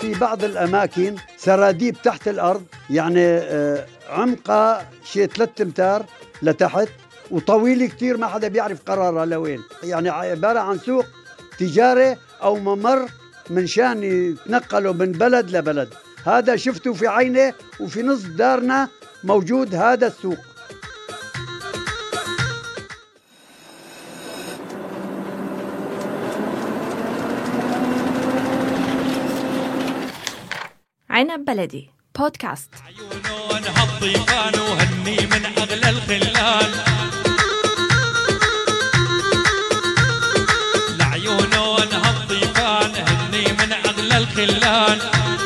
في بعض الأماكن سراديب تحت الأرض، يعني عمقها شيء 3 أمتار لتحت، وطويل كتير ما حدا بيعرف قرارها لوين. يعني عبارة عن سوق تجاري أو ممر من شان يتنقلوا من بلد لبلد. هذا شفته في عينه، وفي نص دارنا موجود هذا السوق. عنب بلدي بودكاست. عيونون هالضيفان وهني من أغلى الخلال، لعيونون هالضيفان هني من أغلى الخلال.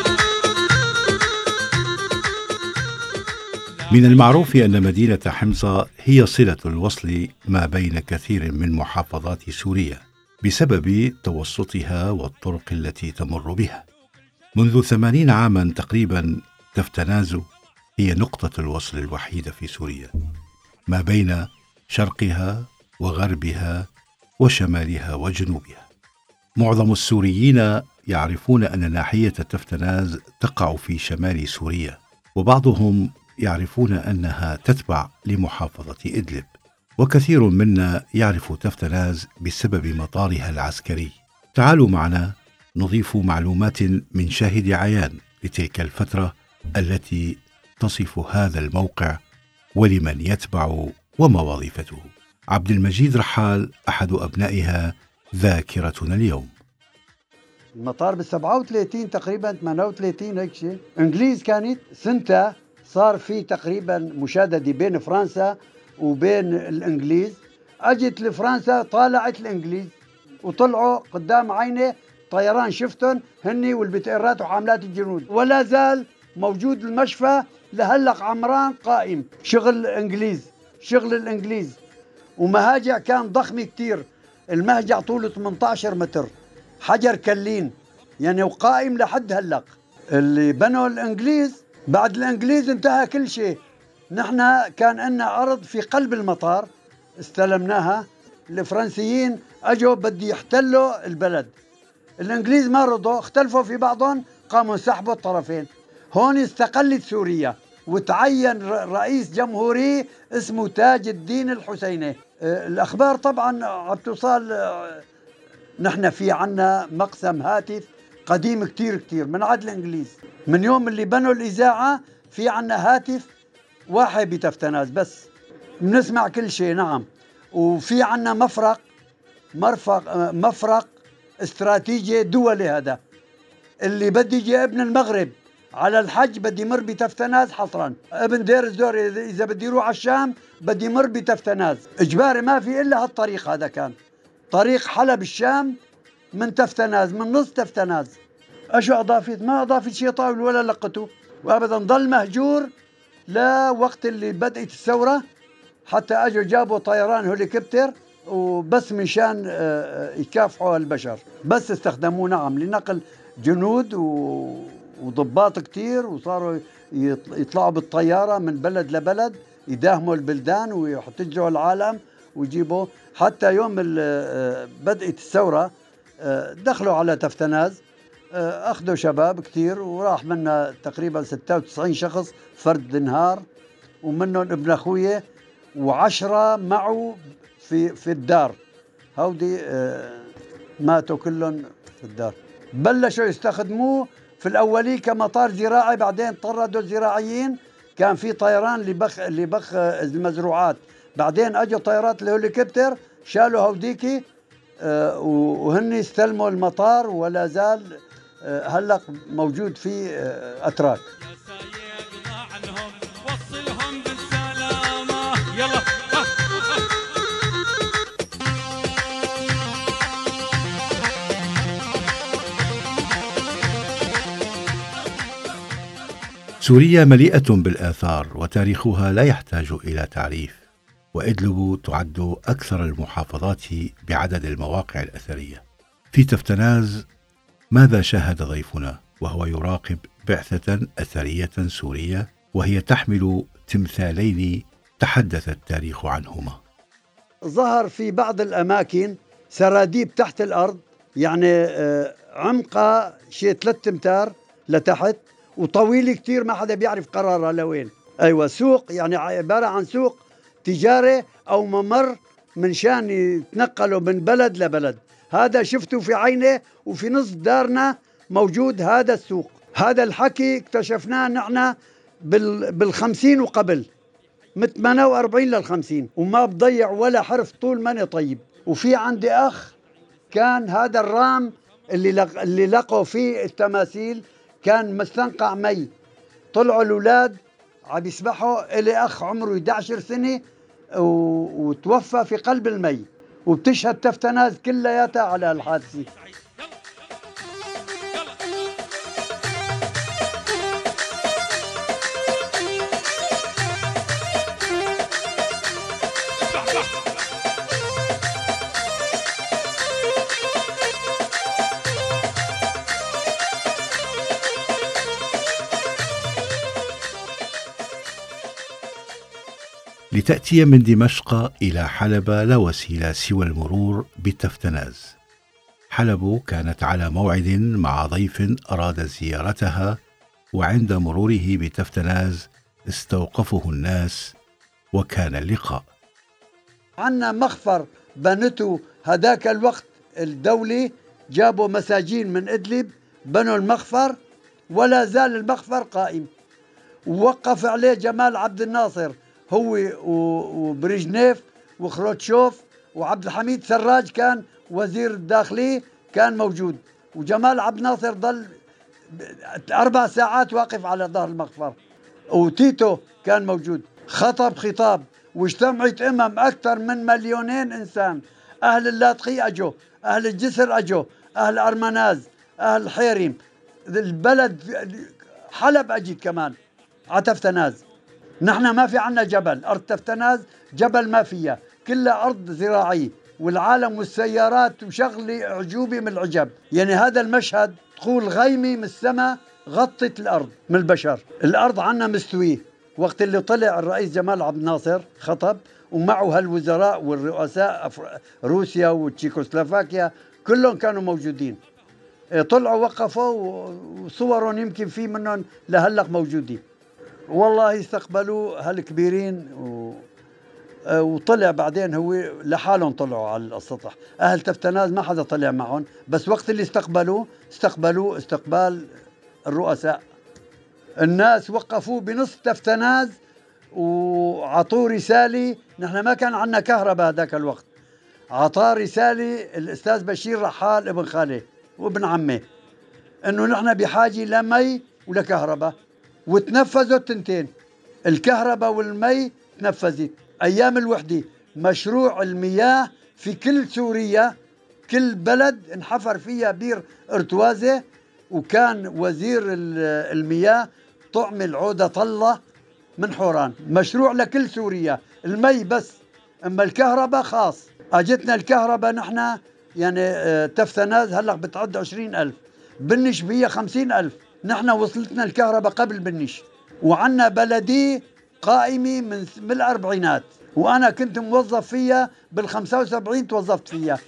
من المعروف أن مدينة حمصة هي صلة الوصل ما بين كثير من محافظات سوريا بسبب توسطها والطرق التي تمر بها. منذ 80 عاما تقريبا تفتناز هي نقطة الوصل الوحيدة في سوريا ما بين شرقها وغربها وشمالها وجنوبها. معظم السوريين يعرفون أن ناحية تفتناز تقع في شمال سوريا، وبعضهم يعرفون أنها تتبع لمحافظة إدلب، وكثير منا يعرف تفتناز بسبب مطارها العسكري. تعالوا معنا نضيف معلومات من شاهد عيان لتلك الفترة التي تصف هذا الموقع ولمن يتبع وما وظيفته. عبد المجيد رحال أحد أبنائها ذاكرتنا اليوم. المطار بال37 تقريبا 38 هيك شيء. انجليز كانت سنتها صار في تقريبا مشاددة بين فرنسا وبين الانجليز. اجت لفرنسا طالعت الانجليز وطلعوا قدام عيني طيران شفتن هني والبتئرات وحاملات الجنود، ولا زال موجود المشفى لهلق عمران قائم. شغل الانجليز ومهاجع كان ضخم كتير. المهجع طوله 18 متر، حجر كلين يعني، وقائم لحد هلق. اللي بنوا الانجليز بعد الانجليز انتهى كل شيء. نحن كان عندنا ارض في قلب المطار استلمناها. الفرنسيين اجوا بدي يحتلوا البلد، الانجليز ما رضوا، اختلفوا في بعضهم، قاموا سحبوا الطرفين. هون استقلت سوريا وتعين رئيس جمهوري اسمه تاج الدين الحسيني. الاخبار طبعا عم توصل. نحن في عنا مقسم هاتف قديم كتير من عهد الانجليز. من يوم اللي بنوا الاذاعه في عنا هاتف واحد بتفتناز بس بنسمع كل شيء. نعم. وفي عنا مفرق استراتيجي دولي. هذا اللي بدي يجي ابن المغرب على الحج بدي يمر بتفتناز حصرا. ابن دير الزور اذا بدي يروح على الشام بدي يمر بتفتناز اجباري. ما في الا هالطريق. هذا كان طريق حلب الشام من تفتناز، من نص تفتناز. اشو اضافت؟ ما اضافت شيء طاول ولا لقته، وابدا ضل مهجور لوقت اللي بدأت الثورة، حتى اجوا جابوا طيران هليكوبتر وبس مشان يكافحوا البشر، بس استخدموه. نعم. لنقل جنود وضباط كتير، وصاروا يطلعوا بالطيارة من بلد لبلد يداهموا البلدان ويحتجوا العالم ويجيبوا. حتى يوم بدأت الثورة دخلوا على تفتناز، أخذوا شباب كتير وراح منا تقريبا 96 شخص فرد نهار، ومنهم ابن أخويا و10 معه في الدار. هودي ماتوا كلهم في الدار. بلشوا يستخدموه في الأولي كمطار زراعي، بعدين طردوا الزراعيين. كان في طيران لبخ المزروعات، بعدين اجوا طيارات الهليكوبتر شالوا هوديكي وهن استلموا المطار، ولا زال هلق موجود في أتراك. سوريا مليئة بالآثار وتاريخها لا يحتاج إلى تعريف، وإدلب تعد أكثر المحافظات بعدد المواقع الأثرية. في تفتناز ماذا شاهد ضيفنا وهو يراقب بعثة أثرية سورية وهي تحمل تمثالين تحدث التاريخ عنهما؟ ظهر في بعض الأماكن سراديب تحت الأرض، يعني عمقها شيء 3 أمتار لتحت، وطويلة كتير ما حدا بيعرف قرارها لوين. أيوة، سوق يعني عبارة عن سوق تجاري أو ممر من شان يتنقلوا من بلد لبلد. هذا شفته في عينه، وفي نص دارنا موجود هذا السوق. هذا الحكي اكتشفناه نحن بالخمسين وقبل، من 48 لل50، وما بضيع ولا حرف طول ماني طيب. وفي عندي أخ كان هذا الرام اللي لقوا فيه التماثيل كان مستنقع مي. طلعوا الأولاد عم يسبحوا، إلي أخ عمره 11 سنة وتوفى في قلب المي، وبتشهد تفتناز كلياتها على الحادثة. لتأتي من دمشق إلى حلب لا وسيلة سوى المرور بالتفتناز. حلب كانت على موعد مع ضيف أراد زيارتها، وعند مروره بتفتناز استوقفه الناس وكان اللقاء. عنا مخفر بنته هداك الوقت الدولة، جابوا مساجين من إدلب بنوا المخفر، ولا زال المخفر قائم، ووقف عليه جمال عبد الناصر هو وبريجنيف وخروتشوف وعبد الحميد سراج كان وزير الداخلية كان موجود، وجمال عبد الناصر ضل 4 ساعات واقف على ظهر المخفر، وتيتو كان موجود. خطب خطاب واجتمعت أكثر من 2,000,000 إنسان. أهل اللاطقي أجوا، أهل الجسر أجوا، أهل أرمناز، أهل حيريم، البلد حلب أجت كمان على تفتناز. نحن ما في عنا جبل، أرض تفتناز جبل ما فيها، كلها أرض زراعية، والعالم والسيارات وشغلة عجوبة من العجب. يعني هذا المشهد تقول غيمة من السماء غطت الأرض من البشر. الأرض عنا مستوية. وقت اللي طلع الرئيس جمال عبد الناصر خطب، ومعه هالوزراء والرؤساء روسيا وتشيكوسلوفاكيا كلهم كانوا موجودين. طلعوا وقفوا، وصورهم يمكن في منهم لهلق موجودين. والله استقبلوا هالكبيرين وطلع بعدين هو لحالهم، طلعوا على السطح. أهل تفتناز ما حدا طلع معهم، بس وقت اللي استقبلوا استقبال الرؤساء. الناس وقفوه بنص تفتناز وعطوه رسالة. نحن ما كان عنا كهرباء ذاك الوقت. عطاه رسالة الأستاذ بشير رحال ابن خاله وابن عمه إنه نحن بحاجة لمي ولكهرباء، وتنفذوا التنتين، الكهرباء والمي تنفذت. أيام الوحدة مشروع المياه في كل سوريا، كل بلد انحفر فيها بير ارتوازة، وكان وزير المياه طعم العودة طلة من حوران. مشروع لكل سوريا، المي بس، أما الكهرباء خاص. أجتنا الكهرباء نحن يعني تفتناز هلق بتعد 20,000، بنش فيها 50,000. نحن وصلتنا الكهرباء قبل بنش، وعنا بلدية قائمة من الأربعينات، وأنا كنت موظف فيها بال75 توظفت فيها.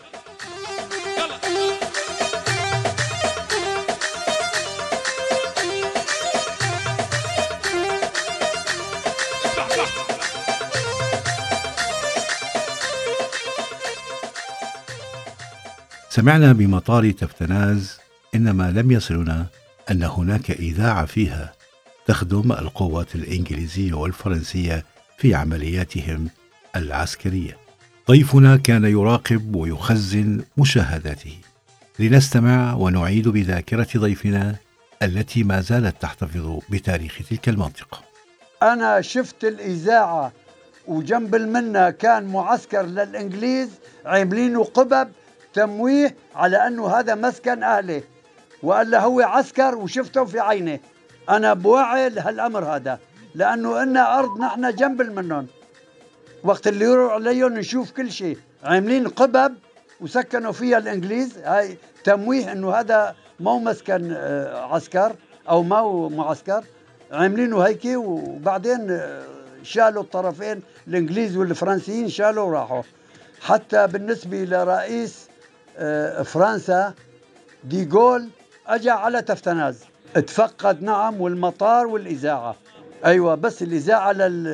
سمعنا بمطار تفتناز، إنما لم يصلنا أن هناك إذاعة فيها تخدم القوات الإنجليزية والفرنسية في عملياتهم العسكرية. ضيفنا كان يراقب ويخزن مشاهداته. لنستمع ونعيد بذاكرة ضيفنا التي ما زالت تحتفظ بتاريخ تلك المنطقة. أنا شفت الإذاعة، وجنب المنة كان معسكر للإنجليز عاملينه قبب تمويه على أنه هذا مسكن أهله، وقال له هو عسكر، وشفته في عينه. أنا بوعي لهالأمر هذا، لأنه إنا أرض نحن جنب منهم. وقت اللي يروح عليهم نشوف كل شيء. عاملين قبب وسكنوا فيها الإنجليز، هاي تمويه أنه هذا مو مسكن عسكر أو مو معسكر، عاملينه هيك. وبعدين شالوا الطرفين، الإنجليز والفرنسيين شالوا وراحوا. حتى بالنسبة لرئيس فرنسا ديغول أجا على تفتناز، اتفقد نعم، والمطار والإذاعة. أيوة، بس الإذاعة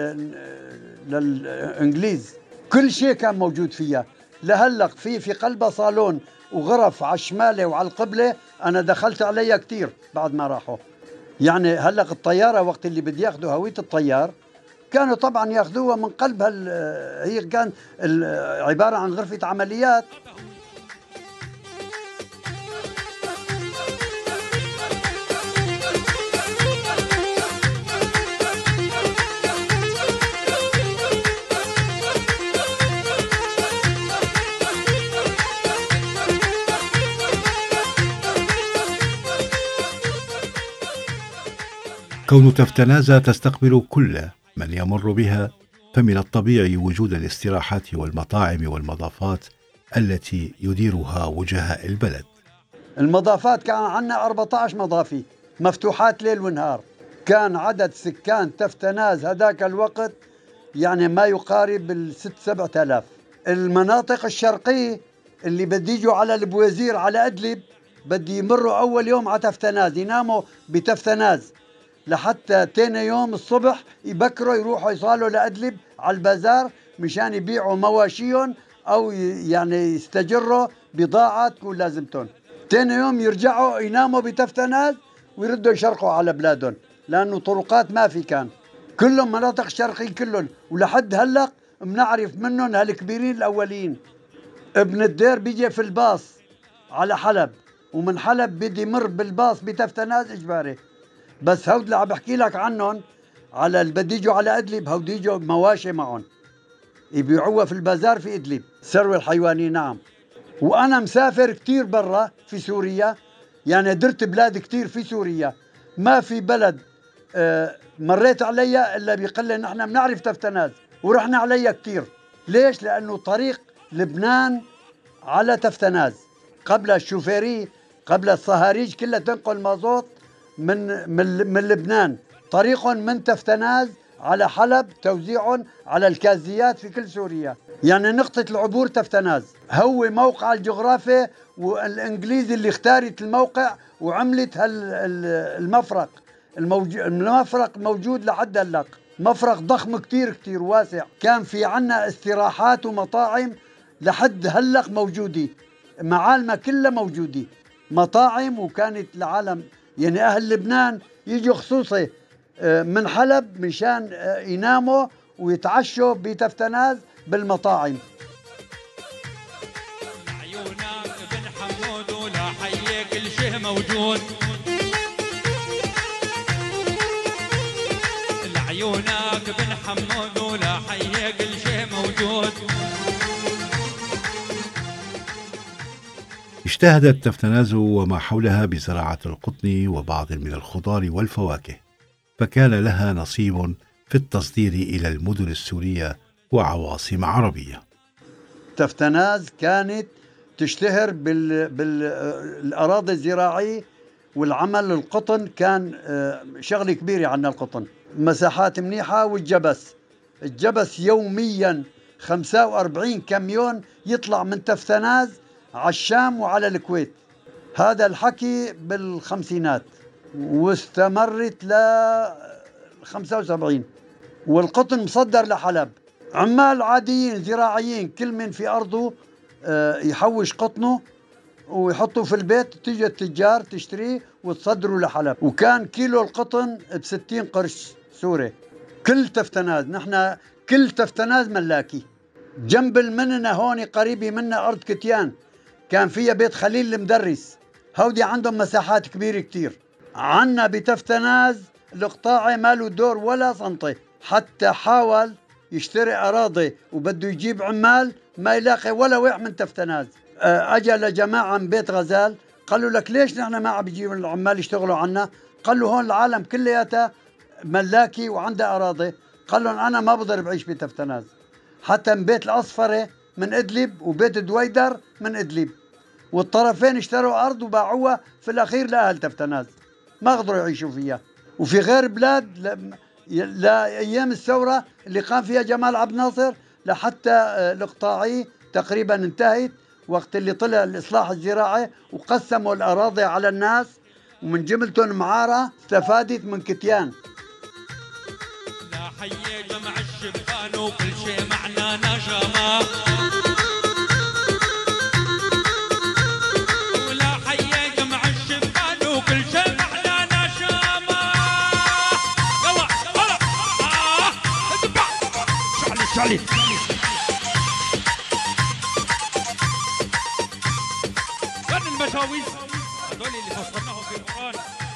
للإنجليز كل شيء كان موجود فيها. لهلق في قلبها صالون وغرف على الشمالة وعلى القبلة، أنا دخلت عليها كتير بعد ما راحوا. يعني هلق الطيارة وقت اللي بدي ياخذوا هوية الطيار كانوا طبعا ياخذوها من قلب هي كان عبارة عن غرفة عمليات. كون تفتنازا تستقبل كل من يمر بها، فمن الطبيعي وجود الاستراحات والمطاعم والمضافات التي يديرها وجهاء البلد. المضافات كان عندنا 14 مضافي مفتوحات ليل ونهار. كان عدد سكان تفتناز هذاك الوقت يعني ما يقارب 6-7 آلاف. المناطق الشرقية اللي بدي يجوا على البويزير على أدلب بدي يمروا أول يوم على تفتناز، يناموا بتفتناز لحتى تاني يوم الصبح يبكروا يروحوا يصالوا لأدلب على البازار مشان يبيعوا مواشيهم أو يعني يستجروا بضاعة تكون لازمتهم. تاني يوم يرجعوا يناموا بتفتناز ويردوا يشرقوا على بلادهم، لأنه طرقات ما في كان. كلهم مناطق شرقية كلهم، ولحد هلق بنعرف منهم هالكبيرين الأولين. ابن الدير بيجي في الباص على حلب، ومن حلب بدي يمر بالباص بتفتناز إجباري. بس هود اللي عم بحكي لك عنهم على اللي بدي يجوا على أدلب، هود يجوا مواشي معهم يبيعوها في البازار في إدلب، ثروة الحيواني. نعم. وأنا مسافر كتير برا في سوريا، يعني درت بلاد كتير في سوريا، ما في بلد مريت عليها إلا بيقل نحن بنعرف تفتناز، ورحنا عليها كتير. ليش؟ لأنه طريق لبنان على تفتناز، قبل الشوفيري قبل الصهاريج كلها تنقل مازوت من لبنان، طريقهم من تفتناز على حلب، توزيعهم على الكازيات في كل سوريا. يعني نقطة العبور تفتناز هو موقع الجغرافي، والإنجليزي اللي اختارت الموقع وعملت المفرق. المفرق موجود لحد هلق، مفرق ضخم كتير كتير واسع. كان في عنا استراحات ومطاعم لحد هلق موجودة، معالمة كلها موجودة مطاعم. وكانت العالم يعني أهل لبنان يجوا خصوصي من حلب مشان يناموا ويتعشوا بتفتناز بالمطاعم. عيونك بن حمود ولا حي كل شيء موجود، عيونك بن حمود ولا حي كل شيء موجود. اجتهدت تفتناز وما حولها بزراعة القطن وبعض من الخضار والفواكه، فكان لها نصيب في التصدير إلى المدن السورية وعواصم عربية. تفتناز كانت تشتهر بالأراضي الزراعية والعمل. القطن كان شغل كبير عنا، القطن مساحات منيحة. والجبس يوميا 45 كاميون يطلع من تفتناز على الشام وعلى الكويت. هذا الحكي بالخمسينات واستمرت ل75. والقطن مصدر لحلب. عمال عاديين زراعيين كل من في أرضه يحوش قطنه ويحطه في البيت، تيجي التجار تشتريه وتصدره لحلب. وكان كيلو القطن ب60 قرش سوري. كل تفتناز، نحن كل تفتناز ملاكي. جنب المننا هون قريبي منا أرض كتيان كان فيها بيت خليل المدرس، هودي عندهم مساحات كبيرة كتير. عنا بتفتناز القطاعي ماله دور ولا سنطة، حتى حاول يشتري أراضي وبده يجيب عمال ما يلاقي ولا وقع من تفتناز. أجا لجماعة من بيت غزال قالوا لك ليش نحن ما عم بيجيب العمال يشتغلوا عنا؟ قالوا هون العالم كلياتها ملاكي وعندها أراضي. قال لهم أنا ما بقدر بعيش بتفتناز. حتى من بيت الأصفرة من إدلب وبيت دويدر من إدلب، والطرفين اشتروا أرض وباعوها في الأخير لأهل تفتناز، ما قدروا يعيشوا فيها. وفي غير بلاد لأيام الثورة اللي قام فيها جمال عبد الناصر لحتى الإقطاعي تقريبا انتهت، وقت اللي طلع الإصلاح الزراعي وقسموا الأراضي على الناس ومن جملتهم معارة استفادت من كتيان. لا حي جمع الشبان وكل شيء معنا نجمة، ولا حي جمع الشبان وكل شيء معنا نجمة. يلا هلا اتبع شعلي كان المشاويز هذول اللي فصلناهم في القرآن.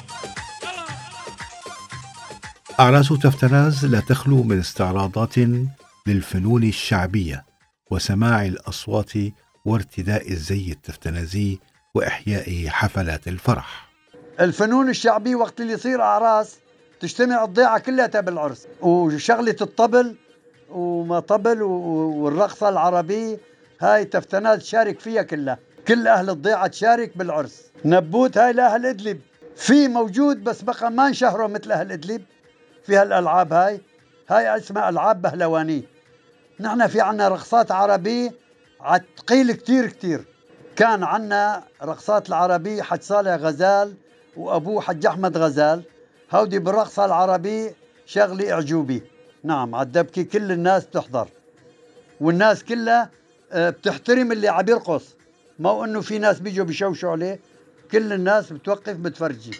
أعراس تفتناز لا تخلو من استعراضات للفنون الشعبية وسماع الأصوات وارتداء الزي التفتنازي وإحياء حفلات الفرح. الفنون الشعبية وقت اللي يصير أعراس تجتمع الضيعة كلها بالعرس، وشغلة الطبل وما طبل والرقصة العربية هاي تفتناز تشارك فيها كلها، كل أهل الضيعة تشارك بالعرس. نبوت هاي لأهل إدلب في موجود بس بقى ما نشهره مثل أهل إدلب في هالألعاب. هاي اسمها ألعاب بهلوانية. نحن في عنا رقصات عربية عتقيل كتير. كان عنا رقصات العربية حج صالح غزال وأبوه حج أحمد غزال، هودي بالرقصة العربية شغلي إعجوبي. نعم عالدبكي كل الناس بتحضر والناس كلها بتحترم اللي عم يرقص، ما هو إنه في ناس بيجوا بيشوشوا عليه، كل الناس بتوقف بتفرجي.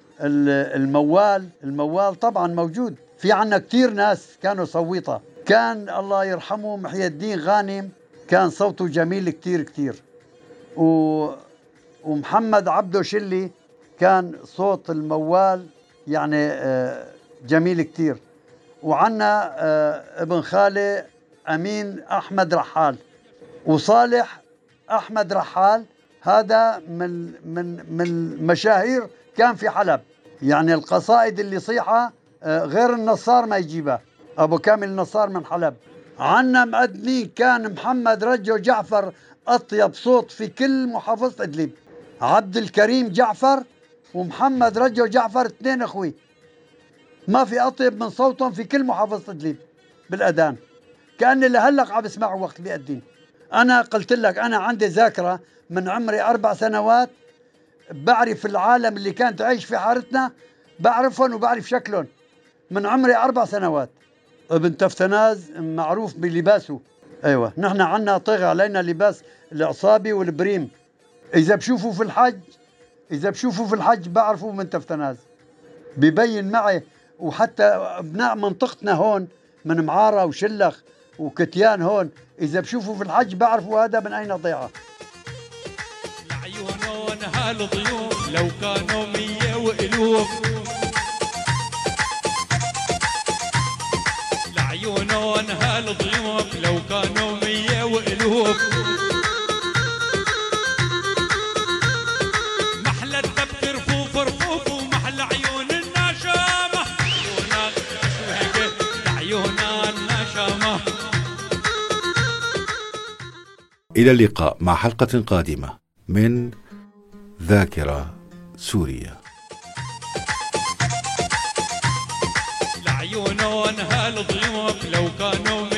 الموال طبعا موجود في عنا كتير ناس كانوا صويطة. كان الله يرحمه محي الدين غانم كان صوته جميل كتير. ومحمد عبدو شلي كان صوت الموال يعني جميل كتير. وعنا ابن خالي أمين أحمد رحال وصالح أحمد رحال، هذا من المشاهير كان في حلب. يعني القصائد اللي صيحة غير النصار ما يجيبها، أبو كامل النصار من حلب. عنا مقدمين كان محمد رجو جعفر أطيب صوت في كل محافظة إدلب، عبد الكريم جعفر ومحمد رجو جعفر 2 أخوي، ما في أطيب من صوتهم في كل محافظة إدلب بالأذان. كأني لهلق عم بسمعه وقت بيأذن. أنا قلت لك أنا عندي ذاكرة من عمري 4 سنوات، بعرف العالم اللي كانت عايش في حارتنا، بعرفهم وبعرف شكلهم من عمري 4 سنوات. ابن تفتناز معروف بلباسه. أيوة نحن عنا طغى علينا لباس العصابي والبريم. إذا بشوفوا في الحج بعرفوا من تفتناز، ببين معي. وحتى أبناء منطقتنا هون من معارة وشلخ وكتيان هون إذا بشوفوا في الحج بعرفوا هذا من أين ضيعة. لعيونون هالضيوف لو كانوا 100 وألوف، لعيونون هالضيوف لو كانوا 100 وألوف، محلى الدب رفوف ومحلى عيون النشامة، لعيون النشامة. إلى اللقاء مع حلقة قادمة من ذاكرة سوريا. لعيونون هالضيوف لو كانوا